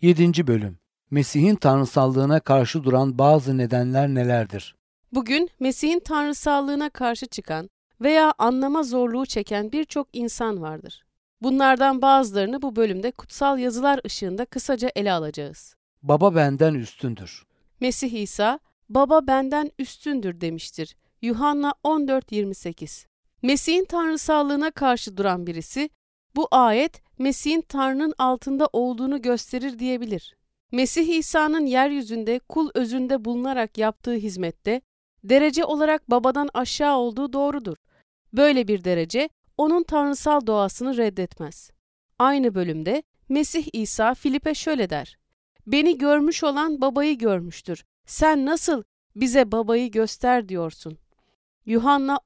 7. Bölüm. Mesih'in tanrısallığına karşı duran bazı nedenler nelerdir? Bugün Mesih'in tanrısallığına karşı çıkan veya anlama zorluğu çeken birçok insan vardır. Bunlardan bazılarını bu bölümde kutsal yazılar ışığında kısaca ele alacağız. Baba benden üstündür. Mesih İsa, "Baba benden üstündür" demiştir. Yuhanna 14:28. Mesih'in tanrısallığına karşı duran birisi, bu ayet Mesih'in Tanrı'nın altında olduğunu gösterir diyebilir. Mesih İsa'nın yeryüzünde kul özünde bulunarak yaptığı hizmette, derece olarak babadan aşağı olduğu doğrudur. Böyle bir derece, onun tanrısal doğasını reddetmez. Aynı bölümde Mesih İsa Filip'e şöyle der: "Beni görmüş olan babayı görmüştür. Sen nasıl bize babayı göster diyorsun?" Yuhanna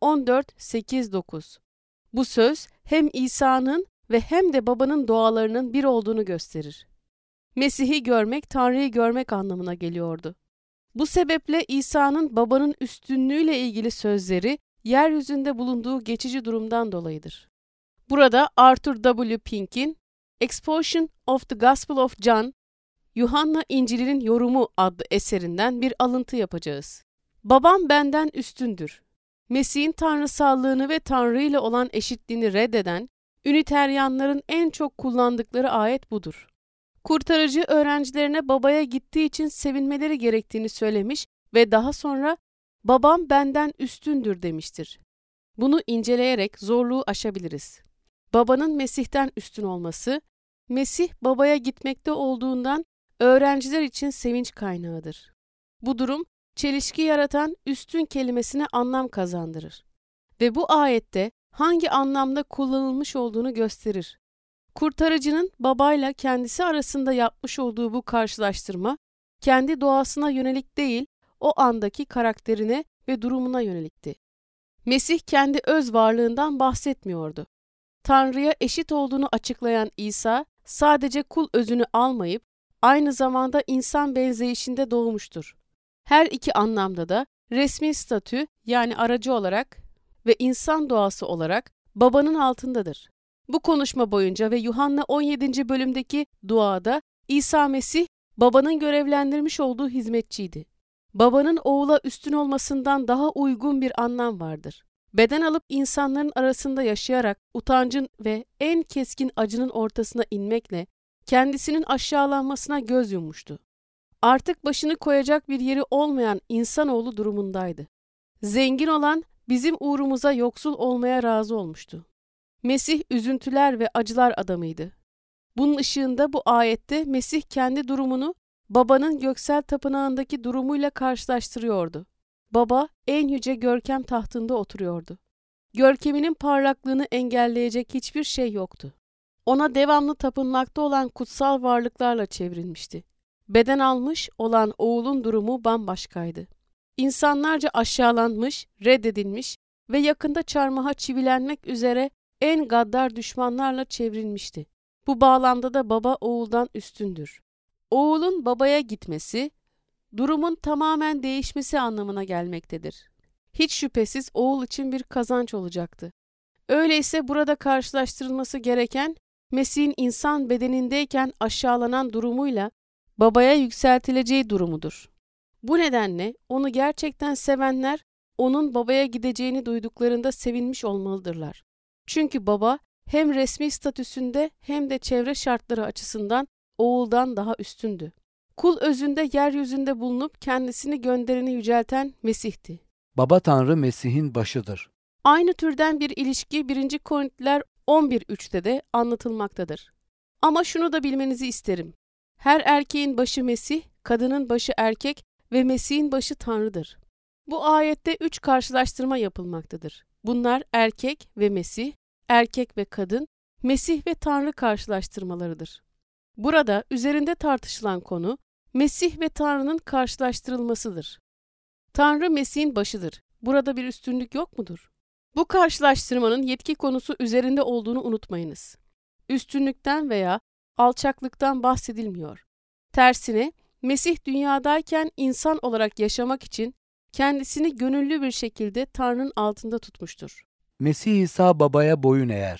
14:8-9. Bu söz hem İsa'nın ve hem de babanın doğalarının bir olduğunu gösterir. Mesih'i görmek, Tanrı'yı görmek anlamına geliyordu. Bu sebeple İsa'nın babanın üstünlüğüyle ilgili sözleri, yeryüzünde bulunduğu geçici durumdan dolayıdır. Burada Arthur W. Pink'in Exposition of the Gospel of John, Yuhanna İncil'inin Yorumu adlı eserinden bir alıntı yapacağız. "Babam benden üstündür." Mesih'in tanrısallığını ve Tanrı ile olan eşitliğini reddeden, Üniteryanların en çok kullandıkları ayet budur. Kurtarıcı öğrencilerine babaya gittiği için sevinmeleri gerektiğini söylemiş ve daha sonra "Babam benden üstündür" demiştir. Bunu inceleyerek zorluğu aşabiliriz. Babanın Mesih'ten üstün olması, Mesih babaya gitmekte olduğundan öğrenciler için sevinç kaynağıdır. Bu durum, çelişki yaratan üstün kelimesine anlam kazandırır ve bu ayette hangi anlamda kullanılmış olduğunu gösterir. Kurtarıcının babayla kendisi arasında yapmış olduğu bu karşılaştırma, kendi doğasına yönelik değil, o andaki karakterine ve durumuna yönelikti. Mesih kendi öz varlığından bahsetmiyordu. Tanrı'ya eşit olduğunu açıklayan İsa, sadece kul özünü almayıp, aynı zamanda insan benzeyişinde doğmuştur. Her iki anlamda da resmi statü, yani aracı olarak ve insan doğası olarak babanın altındadır. Bu konuşma boyunca ve Yuhanna 17. bölümdeki duada İsa Mesih, babanın görevlendirmiş olduğu hizmetçiydi. Babanın oğula üstün olmasından daha uygun bir anlam vardır. Beden alıp insanların arasında yaşayarak utancın ve en keskin acının ortasına inmekle kendisinin aşağılanmasına göz yummuştu. Artık başını koyacak bir yeri olmayan insanoğlu durumundaydı. Zengin olan bizim uğrumuza yoksul olmaya razı olmuştu. Mesih üzüntüler ve acılar adamıydı. Bunun ışığında bu ayette Mesih kendi durumunu babanın göksel tapınağındaki durumuyla karşılaştırıyordu. Baba en yüce görkem tahtında oturuyordu. Görkeminin parlaklığını engelleyecek hiçbir şey yoktu. Ona devamlı tapınmakta olan kutsal varlıklarla çevrilmişti. Beden almış olan oğulun durumu bambaşkaydı. İnsanlarca aşağılanmış, reddedilmiş ve yakında çarmıha çivilenmek üzere en gaddar düşmanlarla çevrilmişti. Bu bağlamda da baba oğuldan üstündür. Oğulun babaya gitmesi, durumun tamamen değişmesi anlamına gelmektedir. Hiç şüphesiz oğul için bir kazanç olacaktı. Öyleyse burada karşılaştırılması gereken, Mesih'in insan bedenindeyken aşağılanan durumuyla babaya yükseltileceği durumudur. Bu nedenle onu gerçekten sevenler, onun babaya gideceğini duyduklarında sevinmiş olmalıdırlar. Çünkü baba hem resmi statüsünde hem de çevre şartları açısından oğuldan daha üstündü. Kul özünde yeryüzünde bulunup kendisini göndereni yücelten Mesih'ti. Baba Tanrı Mesih'in başıdır. Aynı türden bir ilişki 1. Korintiler 11:3'te de anlatılmaktadır. Ama şunu da bilmenizi isterim. Her erkeğin başı Mesih, kadının başı erkek ve Mesih'in başı Tanrı'dır. Bu ayette 3 karşılaştırma yapılmaktadır. Bunlar erkek ve Mesih, erkek ve kadın, Mesih ve Tanrı karşılaştırmalarıdır. Burada üzerinde tartışılan konu, Mesih ve Tanrı'nın karşılaştırılmasıdır. Tanrı Mesih'in başıdır. Burada bir üstünlük yok mudur? Bu karşılaştırmanın yetki konusu üzerinde olduğunu unutmayınız. Üstünlükten veya alçaklıktan bahsedilmiyor. Tersine, Mesih dünyadayken insan olarak yaşamak için kendisini gönüllü bir şekilde Tanrı'nın altında tutmuştur. Mesih İsa babaya boyun eğer.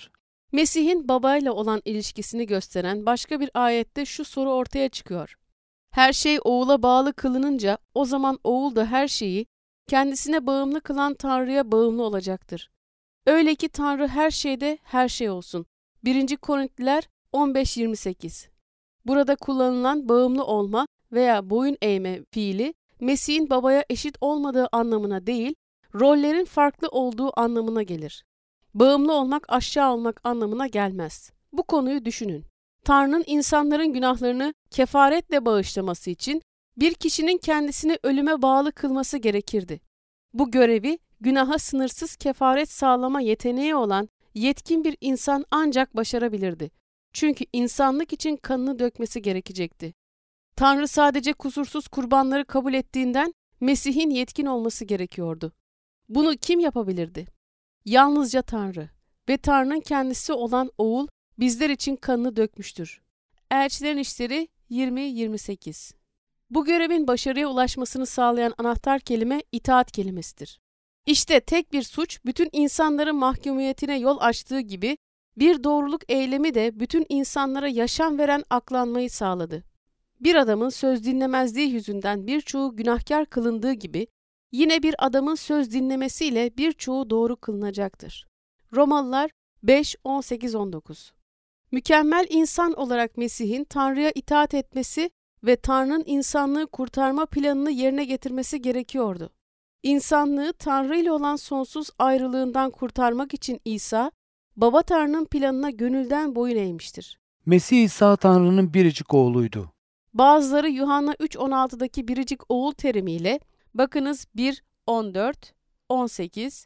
Mesih'in babayla olan ilişkisini gösteren başka bir ayette şu soru ortaya çıkıyor. Her şey oğula bağlı kılınınca o zaman oğul da her şeyi kendisine bağımlı kılan Tanrı'ya bağımlı olacaktır. Öyle ki Tanrı her şeyde her şey olsun. 1. Korintiler 15:28. Burada kullanılan bağımlı olma veya boyun eğme fiili, Mesih'in babaya eşit olmadığı anlamına değil, rollerin farklı olduğu anlamına gelir. Bağımlı olmak aşağı olmak anlamına gelmez. Bu konuyu düşünün. Tanrı'nın insanların günahlarını kefaretle bağışlaması için bir kişinin kendisini ölüme bağlı kılması gerekirdi. Bu görevi günaha sınırsız kefaret sağlama yeteneği olan yetkin bir insan ancak başarabilirdi. Çünkü insanlık için kanını dökmesi gerekecekti. Tanrı sadece kusursuz kurbanları kabul ettiğinden Mesih'in yetkin olması gerekiyordu. Bunu kim yapabilirdi? Yalnızca Tanrı ve Tanrı'nın kendisi olan Oğul bizler için kanını dökmüştür. Elçilerin İşleri 20-28. Bu görevin başarıya ulaşmasını sağlayan anahtar kelime itaat kelimesidir. İşte tek bir suç bütün insanların mahkumiyetine yol açtığı gibi bir doğruluk eylemi de bütün insanlara yaşam veren aklanmayı sağladı. Bir adamın söz dinlemezliği yüzünden birçoğu günahkar kılındığı gibi yine bir adamın söz dinlemesiyle birçoğu doğru kılınacaktır. Romalılar 5:18-19. Mükemmel insan olarak Mesih'in Tanrı'ya itaat etmesi ve Tanrı'nın insanlığı kurtarma planını yerine getirmesi gerekiyordu. İnsanlığı Tanrı ile olan sonsuz ayrılığından kurtarmak için İsa, Baba Tanrı'nın planına gönülden boyun eğmiştir. Mesih İsa Tanrı'nın biricik oğluydu. Bazıları Yuhanna 3:16'daki biricik oğul terimiyle, bakınız 1:14, 18,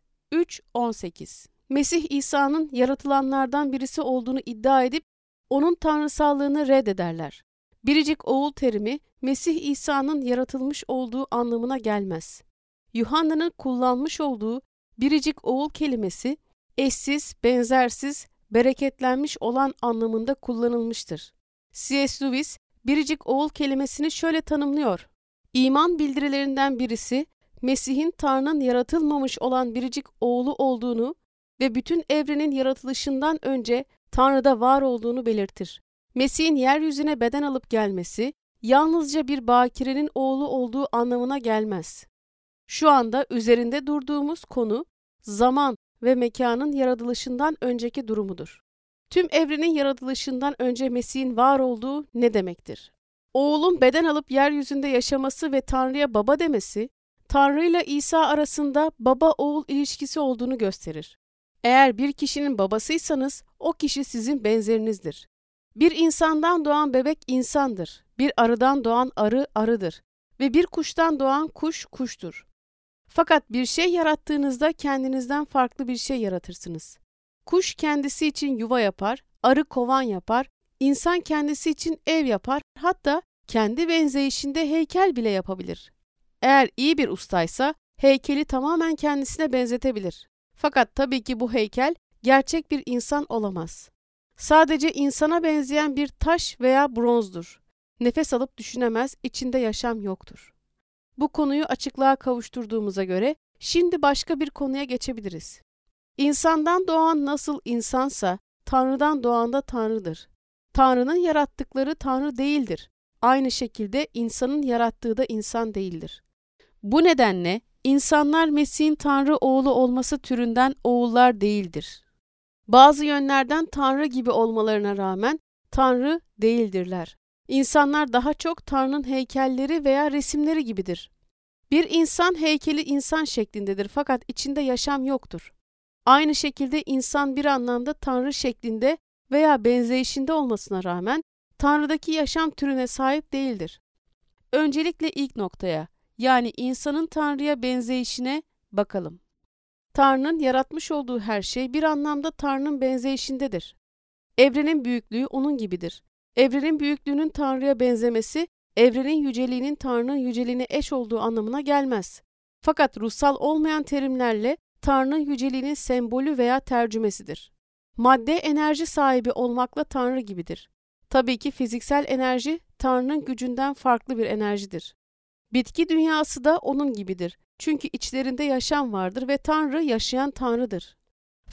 3:18. Mesih İsa'nın yaratılanlardan birisi olduğunu iddia edip onun tanrısallığını reddederler. Biricik oğul terimi Mesih İsa'nın yaratılmış olduğu anlamına gelmez. Yuhanna'nın kullanmış olduğu biricik oğul kelimesi eşsiz, benzersiz, bereketlenmiş olan anlamında kullanılmıştır. C.S. Lewis biricik oğul kelimesini şöyle tanımlıyor. İman bildirilerinden birisi Mesih'in Tanrı'nın yaratılmamış olan biricik oğlu olduğunu ve bütün evrenin yaratılışından önce Tanrı'da var olduğunu belirtir. Mesih'in yeryüzüne beden alıp gelmesi yalnızca bir bakirenin oğlu olduğu anlamına gelmez. Şu anda üzerinde durduğumuz konu zaman ve mekanın yaratılışından önceki durumudur. Tüm evrenin yaratılışından önce Mesih'in var olduğu ne demektir? Oğlun beden alıp yeryüzünde yaşaması ve Tanrı'ya baba demesi, Tanrı ile İsa arasında baba-oğul ilişkisi olduğunu gösterir. Eğer bir kişinin babasıysanız o kişi sizin benzerinizdir. Bir insandan doğan bebek insandır, bir arıdan doğan arı arıdır ve bir kuştan doğan kuş kuştur. Fakat bir şey yarattığınızda kendinizden farklı bir şey yaratırsınız. Kuş kendisi için yuva yapar, arı kovan yapar, insan kendisi için ev yapar, hatta kendi benzeyişinde heykel bile yapabilir. Eğer iyi bir ustaysa heykeli tamamen kendisine benzetebilir. Fakat tabii ki bu heykel gerçek bir insan olamaz. Sadece insana benzeyen bir taş veya bronzdur. Nefes alıp düşünemez, içinde yaşam yoktur. Bu konuyu açıklığa kavuşturduğumuza göre şimdi başka bir konuya geçebiliriz. İnsandan doğan nasıl insansa Tanrı'dan doğan da Tanrı'dır. Tanrı'nın yarattıkları Tanrı değildir. Aynı şekilde insanın yarattığı da insan değildir. Bu nedenle insanlar Mesih'in Tanrı oğlu olması türünden oğullar değildir. Bazı yönlerden Tanrı gibi olmalarına rağmen Tanrı değildirler. İnsanlar daha çok Tanrı'nın heykelleri veya resimleri gibidir. Bir insan heykeli insan şeklindedir fakat içinde yaşam yoktur. Aynı şekilde insan bir anlamda Tanrı şeklinde veya benzeyişinde olmasına rağmen Tanrı'daki yaşam türüne sahip değildir. Öncelikle ilk noktaya, yani insanın Tanrı'ya benzeyişine bakalım. Tanrı'nın yaratmış olduğu her şey bir anlamda Tanrı'nın benzeyişindedir. Evrenin büyüklüğü onun gibidir. Evrenin büyüklüğünün Tanrı'ya benzemesi, evrenin yüceliğinin Tanrı'nın yüceliğine eş olduğu anlamına gelmez. Fakat ruhsal olmayan terimlerle Tanrı'nın yüceliğinin sembolü veya tercümesidir. Madde enerji sahibi olmakla Tanrı gibidir. Tabii ki fiziksel enerji Tanrı'nın gücünden farklı bir enerjidir. Bitki dünyası da onun gibidir. Çünkü içlerinde yaşam vardır ve Tanrı yaşayan Tanrı'dır.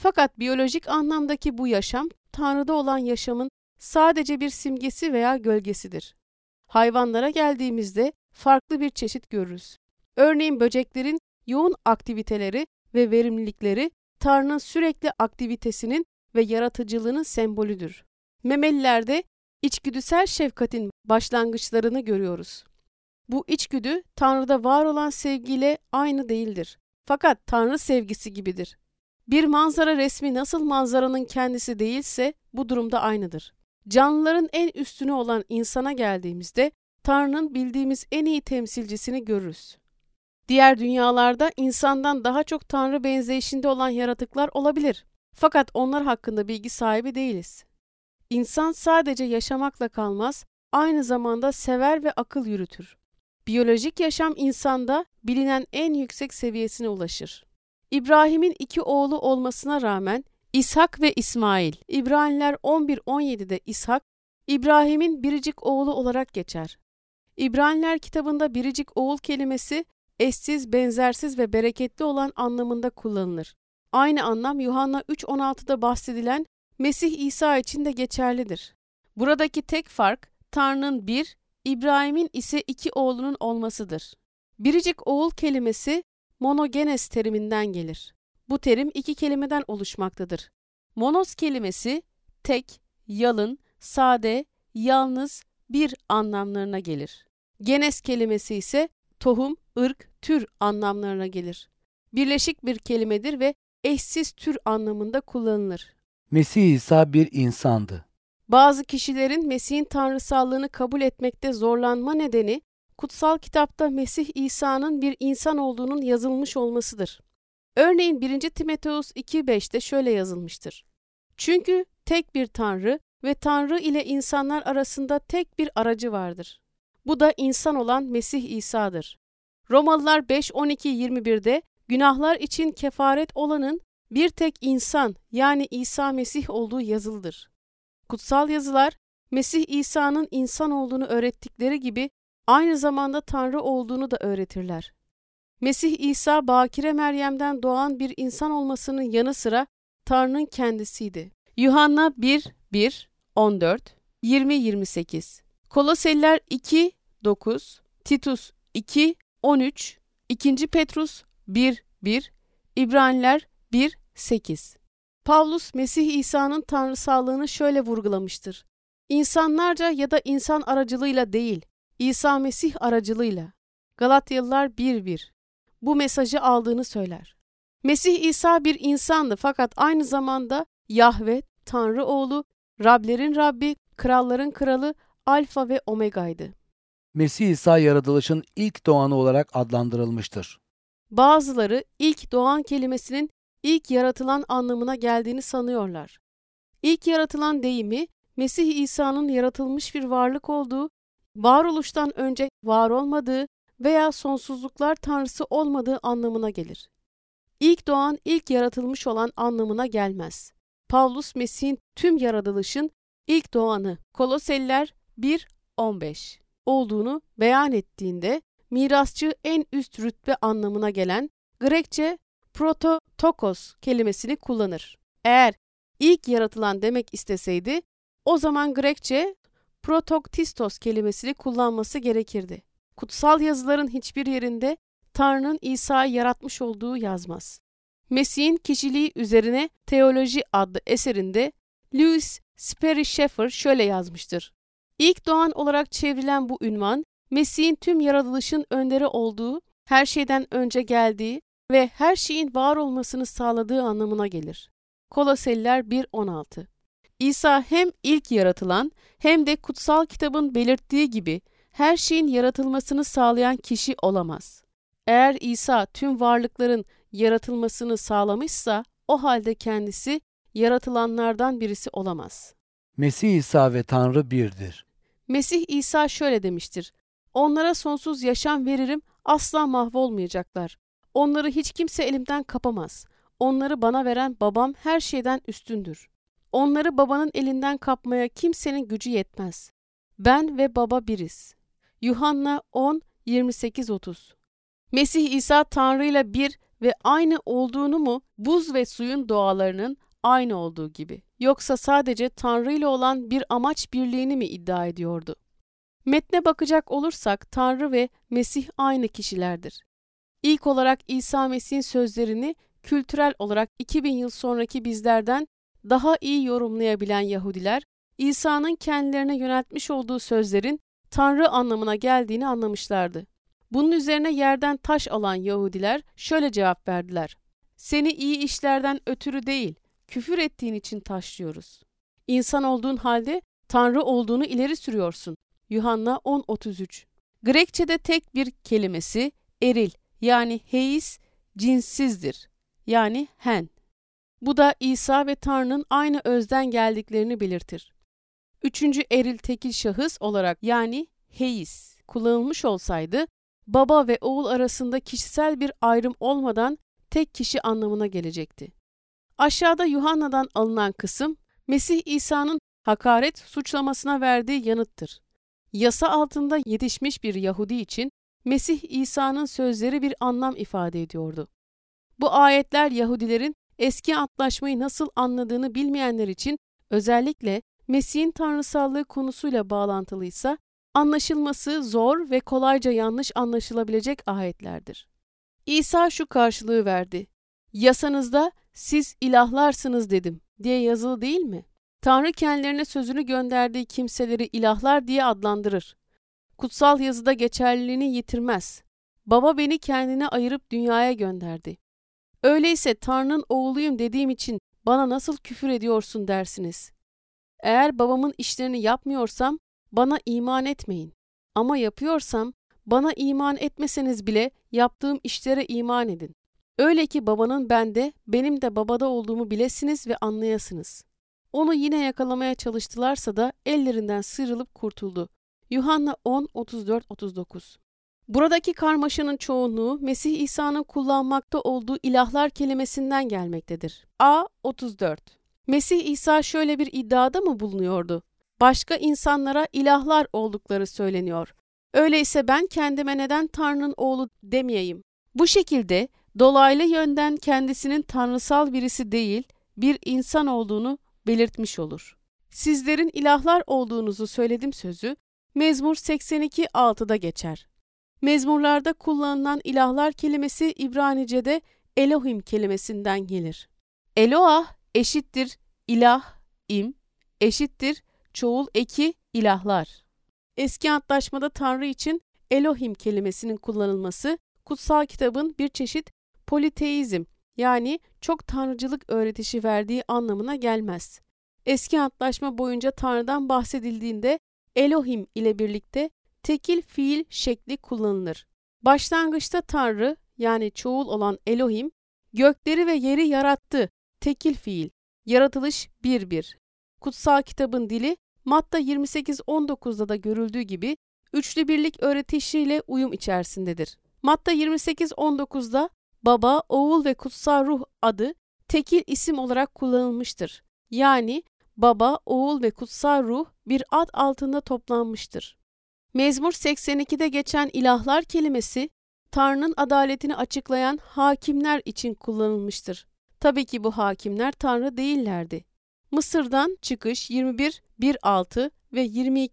Fakat biyolojik anlamdaki bu yaşam, Tanrı'da olan yaşamın sadece bir simgesi veya gölgesidir. Hayvanlara geldiğimizde farklı bir çeşit görürüz. Örneğin böceklerin yoğun aktiviteleri ve verimlilikleri Tanrı'nın sürekli aktivitesinin ve yaratıcılığının sembolüdür. Memelilerde içgüdüsel şefkatin başlangıçlarını görüyoruz. Bu içgüdü Tanrı'da var olan sevgiyle aynı değildir. Fakat Tanrı sevgisi gibidir. Bir manzara resmi nasıl manzaranın kendisi değilse bu durumda aynıdır. Canlıların en üstünü olan insana geldiğimizde Tanrı'nın bildiğimiz en iyi temsilcisini görürüz. Diğer dünyalarda insandan daha çok Tanrı benzeyişinde olan yaratıklar olabilir. Fakat onlar hakkında bilgi sahibi değiliz. İnsan sadece yaşamakla kalmaz, aynı zamanda sever ve akıl yürütür. Biyolojik yaşam insanda bilinen en yüksek seviyesine ulaşır. İbrahim'in 2 oğlu olmasına rağmen İshak ve İsmail, İbraniler 11-17'de İshak, İbrahim'in biricik oğlu olarak geçer. İbraniler kitabında biricik oğul kelimesi eşsiz, benzersiz ve bereketli olan anlamında kullanılır. Aynı anlam Yuhanna 3:16'da bahsedilen Mesih İsa için de geçerlidir. Buradaki tek fark Tanrı'nın bir, İbrahim'in ise 2 oğlunun olmasıdır. Biricik oğul kelimesi monogenes teriminden gelir. Bu terim 2 kelimeden oluşmaktadır. Monos kelimesi tek, yalın, sade, yalnız, bir anlamlarına gelir. Genes kelimesi ise tohum, ırk, tür anlamlarına gelir. Birleşik bir kelimedir ve eşsiz tür anlamında kullanılır. Mesih İsa bir insandı. Bazı kişilerin Mesih'in tanrısallığını kabul etmekte zorlanma nedeni, kutsal kitapta Mesih İsa'nın bir insan olduğunun yazılmış olmasıdır. Örneğin 1. Timoteus 2:5'te şöyle yazılmıştır. Çünkü tek bir Tanrı ve Tanrı ile insanlar arasında tek bir aracı vardır. Bu da insan olan Mesih İsa'dır. Romalılar 5:12-21'de günahlar için kefaret olanın bir tek insan yani İsa Mesih olduğu yazılıdır. Kutsal yazılar Mesih İsa'nın insan olduğunu öğrettikleri gibi aynı zamanda Tanrı olduğunu da öğretirler. Mesih İsa Bakire Meryem'den doğan bir insan olmasının yanı sıra Tanrı'nın kendisiydi. Yuhanna 1:1, 14, 20-28, Koloseliler 2:9, Titus 2:13, 2. Petrus 1:1, İbraniler 1:8. Pavlus Mesih İsa'nın tanrısallığını şöyle vurgulamıştır. İnsanlarca ya da insan aracılığıyla değil, İsa Mesih aracılığıyla. Galatyalılar 1:1. Bu mesajı aldığını söyler. Mesih İsa bir insandı fakat aynı zamanda Yahve, Tanrı oğlu, Rablerin Rabbi, kralların kralı, Alfa ve Omega'ydı. Mesih İsa yaratılışın ilk doğanı olarak adlandırılmıştır. Bazıları ilk doğan kelimesinin ilk yaratılan anlamına geldiğini sanıyorlar. İlk yaratılan deyimi Mesih İsa'nın yaratılmış bir varlık olduğu, varoluştan önce var olmadığı veya sonsuzluklar tanrısı olmadığı anlamına gelir. İlk doğan ilk yaratılmış olan anlamına gelmez. Pavlus Mesih'in tüm yaratılışın ilk doğanı Koloseliler 1:15 olduğunu beyan ettiğinde mirasçı en üst rütbe anlamına gelen Grekçe prototokos kelimesini kullanır. Eğer ilk yaratılan demek isteseydi o zaman Grekçe protoktistos kelimesini kullanması gerekirdi. Kutsal yazıların hiçbir yerinde Tanrı'nın İsa'yı yaratmış olduğu yazmaz. Mesih'in kişiliği üzerine Teoloji adlı eserinde Louis Sperry Schaeffer şöyle yazmıştır. İlk doğan olarak çevrilen bu ünvan, Mesih'in tüm yaratılışın önderi olduğu, her şeyden önce geldiği ve her şeyin var olmasını sağladığı anlamına gelir. Koloseliler 1:16. İsa hem ilk yaratılan hem de kutsal kitabın belirttiği gibi her şeyin yaratılmasını sağlayan kişi olamaz. Eğer İsa tüm varlıkların yaratılmasını sağlamışsa o halde kendisi yaratılanlardan birisi olamaz. Mesih İsa ve Tanrı birdir. Mesih İsa şöyle demiştir. Onlara sonsuz yaşam veririm, asla mahvolmayacaklar. Onları hiç kimse elimden kapamaz. Onları bana veren babam her şeyden üstündür. Onları babanın elinden kapmaya kimsenin gücü yetmez. Ben ve baba biriz. Yuhanna 10:28-30. Mesih İsa Tanrı ile bir ve aynı olduğunu mu buz ve suyun doğalarının aynı olduğu gibi? Yoksa sadece Tanrı ile olan bir amaç birliğini mi iddia ediyordu? Metne bakacak olursak Tanrı ve Mesih aynı kişilerdir. İlk olarak İsa Mesih'in sözlerini kültürel olarak 2000 yıl sonraki bizlerden daha iyi yorumlayabilen Yahudiler, İsa'nın kendilerine yöneltmiş olduğu sözlerin Tanrı anlamına geldiğini anlamışlardı. Bunun üzerine yerden taş alan Yahudiler şöyle cevap verdiler: "Seni iyi işlerden ötürü değil, küfür ettiğin için taşlıyoruz. İnsan olduğun halde Tanrı olduğunu ileri sürüyorsun." Yuhanna 10:33. Grekçe'de tek bir kelimesi eril yani heis cinssizdir yani hen. Bu da İsa ve Tanrı'nın aynı özden geldiklerini belirtir. Üçüncü eril tekil şahıs olarak yani heis kullanılmış olsaydı, baba ve oğul arasında kişisel bir ayrım olmadan tek kişi anlamına gelecekti. Aşağıda Yuhanna'dan alınan kısım, Mesih İsa'nın hakaret suçlamasına verdiği yanıttır. Yasa altında yetişmiş bir Yahudi için Mesih İsa'nın sözleri bir anlam ifade ediyordu. Bu ayetler Yahudilerin eski antlaşmayı nasıl anladığını bilmeyenler için özellikle Mesih'in tanrısallığı konusuyla bağlantılıysa anlaşılması zor ve kolayca yanlış anlaşılabilecek ayetlerdir. İsa şu karşılığı verdi: "Yasanızda siz ilahlarsınız dedim" diye yazılı değil mi? Tanrı kendilerine sözünü gönderdiği kimseleri ilahlar diye adlandırır. Kutsal yazıda geçerliliğini yitirmez. Baba beni kendine ayırıp dünyaya gönderdi. Öyleyse Tanrı'nın oğluyum dediğim için bana nasıl küfür ediyorsun dersiniz. Eğer babamın işlerini yapmıyorsam bana iman etmeyin. Ama yapıyorsam bana iman etmeseniz bile yaptığım işlere iman edin. Öyle ki babanın bende, benim de babada olduğumu bilesiniz ve anlayasınız. Onu yine yakalamaya çalıştılarsa da ellerinden sıyrılıp kurtuldu. Yuhanna 10:34-39. Buradaki karmaşanın çoğunluğu Mesih İsa'nın kullanmakta olduğu ilahlar kelimesinden gelmektedir. A. 34. Mesih İsa şöyle bir iddiada mı bulunuyordu? Başka insanlara ilahlar oldukları söyleniyor. Öyleyse ben kendime neden Tanrı'nın oğlu demeyeyim? Bu şekilde dolaylı yönden kendisinin tanrısal birisi değil, bir insan olduğunu belirtmiş olur. Sizlerin ilahlar olduğunuzu söyledim sözü Mezmur 82:6'da geçer. Mezmurlarda kullanılan ilahlar kelimesi İbranice'de Elohim kelimesinden gelir. Eloah eşittir ilah, im, eşittir çoğul eki ilahlar. Eski Antlaşmada Tanrı için Elohim kelimesinin kullanılması, kutsal kitabın bir çeşit politeizm yani çok tanrıcılık öğretişi verdiği anlamına gelmez. Eski Antlaşma boyunca Tanrı'dan bahsedildiğinde Elohim ile birlikte tekil fiil şekli kullanılır. Başlangıçta Tanrı yani çoğul olan Elohim, gökleri ve yeri yarattı, tekil fiil. Yaratılış 1:1. Kutsal kitabın dili Matta 28:19'da da görüldüğü gibi üçlü birlik öğretişiyle uyum içerisindedir. Matta 28:19'da Baba, Oğul ve Kutsal Ruh adı tekil isim olarak kullanılmıştır. Yani Baba, Oğul ve Kutsal Ruh bir ad altında toplanmıştır. Mezmur 82'de geçen ilahlar kelimesi, Tanrı'nın adaletini açıklayan hakimler için kullanılmıştır. Tabii ki bu hakimler Tanrı değillerdi. Mısır'dan Çıkış 21:1-6 ve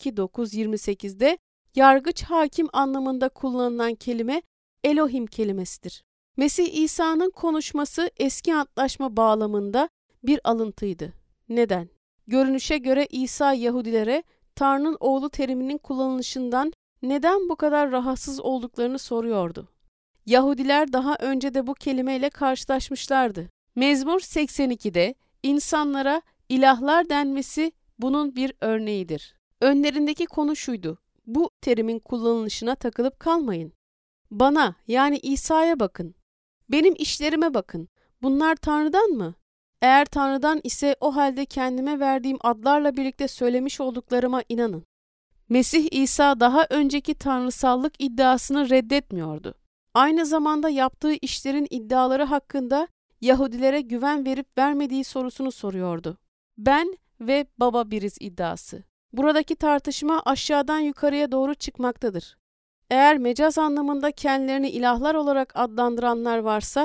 22:9-28'de yargıç hakim anlamında kullanılan kelime Elohim kelimesidir. Mesih İsa'nın konuşması eski antlaşma bağlamında bir alıntıydı. Neden? Görünüşe göre İsa Yahudilere Tanrı'nın oğlu teriminin kullanılışından neden bu kadar rahatsız olduklarını soruyordu. Yahudiler daha önce de bu kelimeyle karşılaşmışlardı. Mezmur 82'de insanlara ilahlar denmesi bunun bir örneğidir. Önlerindeki konu şuydu: bu terimin kullanılışına takılıp kalmayın. Bana yani İsa'ya bakın. Benim işlerime bakın. Bunlar Tanrı'dan mı? Eğer Tanrı'dan ise o halde kendime verdiğim adlarla birlikte söylemiş olduklarıma inanın. Mesih İsa daha önceki tanrısallık iddiasını reddetmiyordu. Aynı zamanda yaptığı işlerin iddiaları hakkında Yahudilere güven verip vermediği sorusunu soruyordu. Ben ve Baba biriz iddiası. Buradaki tartışma aşağıdan yukarıya doğru çıkmaktadır. Eğer mecaz anlamında kendilerini ilahlar olarak adlandıranlar varsa,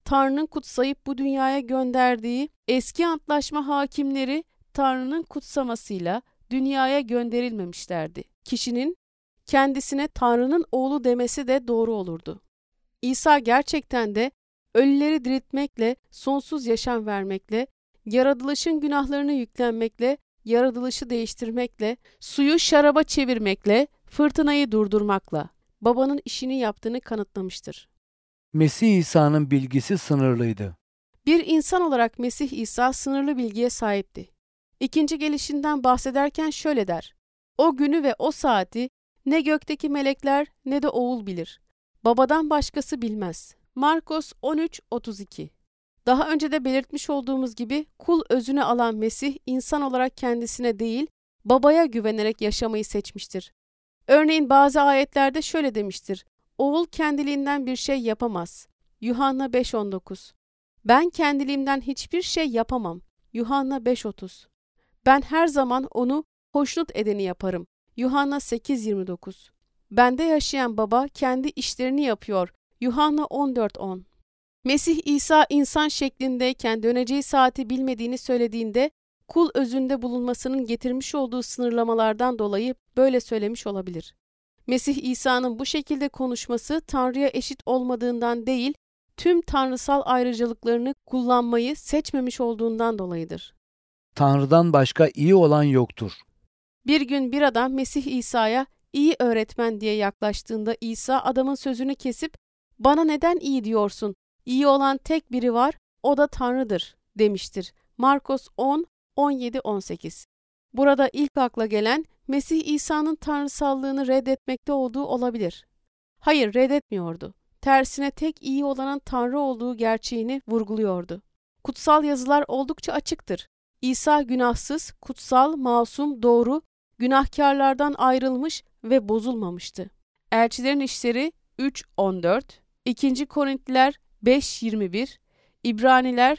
Tanrı'nın kutsayıp bu dünyaya gönderdiği eski antlaşma hakimleri Tanrı'nın kutsamasıyla dünyaya gönderilmemişlerdi. Kişinin kendisine Tanrı'nın oğlu demesi de doğru olurdu. İsa gerçekten de ölüleri diriltmekle, sonsuz yaşam vermekle, yaratılışın günahlarını yüklenmekle, yaratılışı değiştirmekle, suyu şaraba çevirmekle, fırtınayı durdurmakla babanın işini yaptığını kanıtlamıştır. Mesih İsa'nın bilgisi sınırlıydı. Bir insan olarak Mesih İsa sınırlı bilgiye sahipti. İkinci gelişinden bahsederken şöyle der: O günü ve o saati ne gökteki melekler ne de oğul bilir. Babadan başkası bilmez. Markos 13:32. Daha önce de belirtmiş olduğumuz gibi kul özüne alan Mesih insan olarak kendisine değil, babaya güvenerek yaşamayı seçmiştir. Örneğin bazı ayetlerde şöyle demiştir: Oğul kendiliğinden bir şey yapamaz. Yuhanna 5:19. Ben kendiliğimden hiçbir şey yapamam. Yuhanna 5:30. Ben her zaman onu hoşnut edeni yaparım. Yuhanna 8:29. Bende yaşayan baba kendi işlerini yapıyor. Yuhanna 14:10. Mesih İsa insan şeklindeyken döneceği saati bilmediğini söylediğinde kul özünde bulunmasının getirmiş olduğu sınırlamalardan dolayı böyle söylemiş olabilir. Mesih İsa'nın bu şekilde konuşması Tanrı'ya eşit olmadığından değil, tüm tanrısal ayrıcalıklarını kullanmayı seçmemiş olduğundan dolayıdır. Tanrı'dan başka iyi olan yoktur. Bir gün bir adam Mesih İsa'ya iyi öğretmen diye yaklaştığında İsa adamın sözünü kesip bana neden iyi diyorsun? İyi olan tek biri var, o da Tanrı'dır demiştir. Markos 10:17-18. Burada ilk akla gelen Mesih İsa'nın tanrısallığını reddetmekte olduğu olabilir. Hayır, reddetmiyordu. Tersine tek iyi olanın Tanrı olduğu gerçeğini vurguluyordu. Kutsal yazılar oldukça açıktır. İsa günahsız, kutsal, masum, doğru, günahkarlardan ayrılmış ve bozulmamıştı. Elçilerin İşleri 3:14, 2. Korintliler 5:21, İbraniler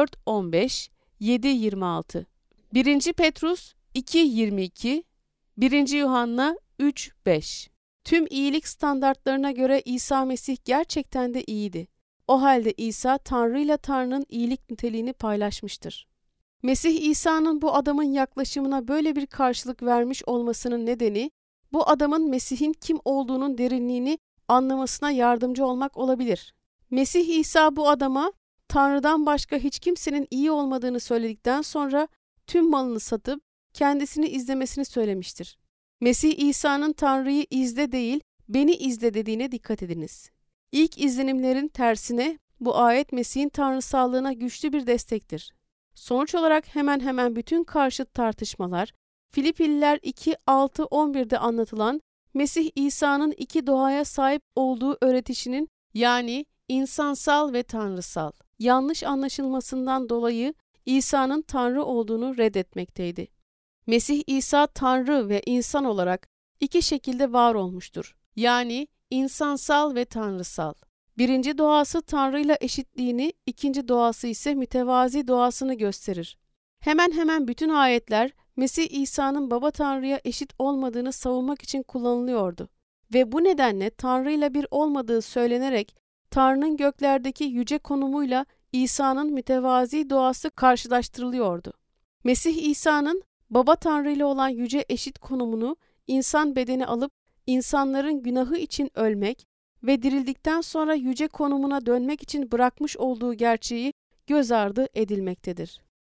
4:15, 7:26, 1. Petrus 2:22, 1. Yuhanna 3:5. Tüm iyilik standartlarına göre İsa Mesih gerçekten de iyiydi. O halde İsa Tanrı ile Tanrı'nın iyilik niteliğini paylaşmıştır. Mesih İsa'nın bu adamın yaklaşımına böyle bir karşılık vermiş olmasının nedeni, bu adamın Mesih'in kim olduğunun derinliğini anlamasına yardımcı olmak olabilir. Mesih İsa bu adama Tanrı'dan başka hiç kimsenin iyi olmadığını söyledikten sonra tüm malını satıp kendisini izlemesini söylemiştir. Mesih İsa'nın Tanrı'yı izle değil, beni izle dediğine dikkat ediniz. İlk izlenimlerin tersine bu ayet Mesih'in tanrısallığına güçlü bir destektir. Sonuç olarak hemen hemen bütün karşıt tartışmalar, Filipliler 2:6-11'de anlatılan Mesih İsa'nın iki doğaya sahip olduğu öğretişinin, yani insansal ve tanrısal, yanlış anlaşılmasından dolayı İsa'nın Tanrı olduğunu reddetmekteydi. Mesih İsa Tanrı ve insan olarak iki şekilde var olmuştur. Yani insansal ve tanrısal. Birinci doğası Tanrı'yla eşitliğini, ikinci doğası ise mütevazi doğasını gösterir. Hemen hemen bütün ayetler Mesih İsa'nın Baba Tanrı'ya eşit olmadığını savunmak için kullanılıyordu. Ve bu nedenle Tanrı'yla bir olmadığı söylenerek Tanrı'nın göklerdeki yüce konumuyla İsa'nın mütevazi doğası karşılaştırılıyordu. Mesih İsa'nın Baba Tanrı ile olan yüce eşit konumunu insan bedeni alıp insanların günahı için ölmek ve dirildikten sonra yüce konumuna dönmek için bırakmış olduğu gerçeği göz ardı edilmektedir.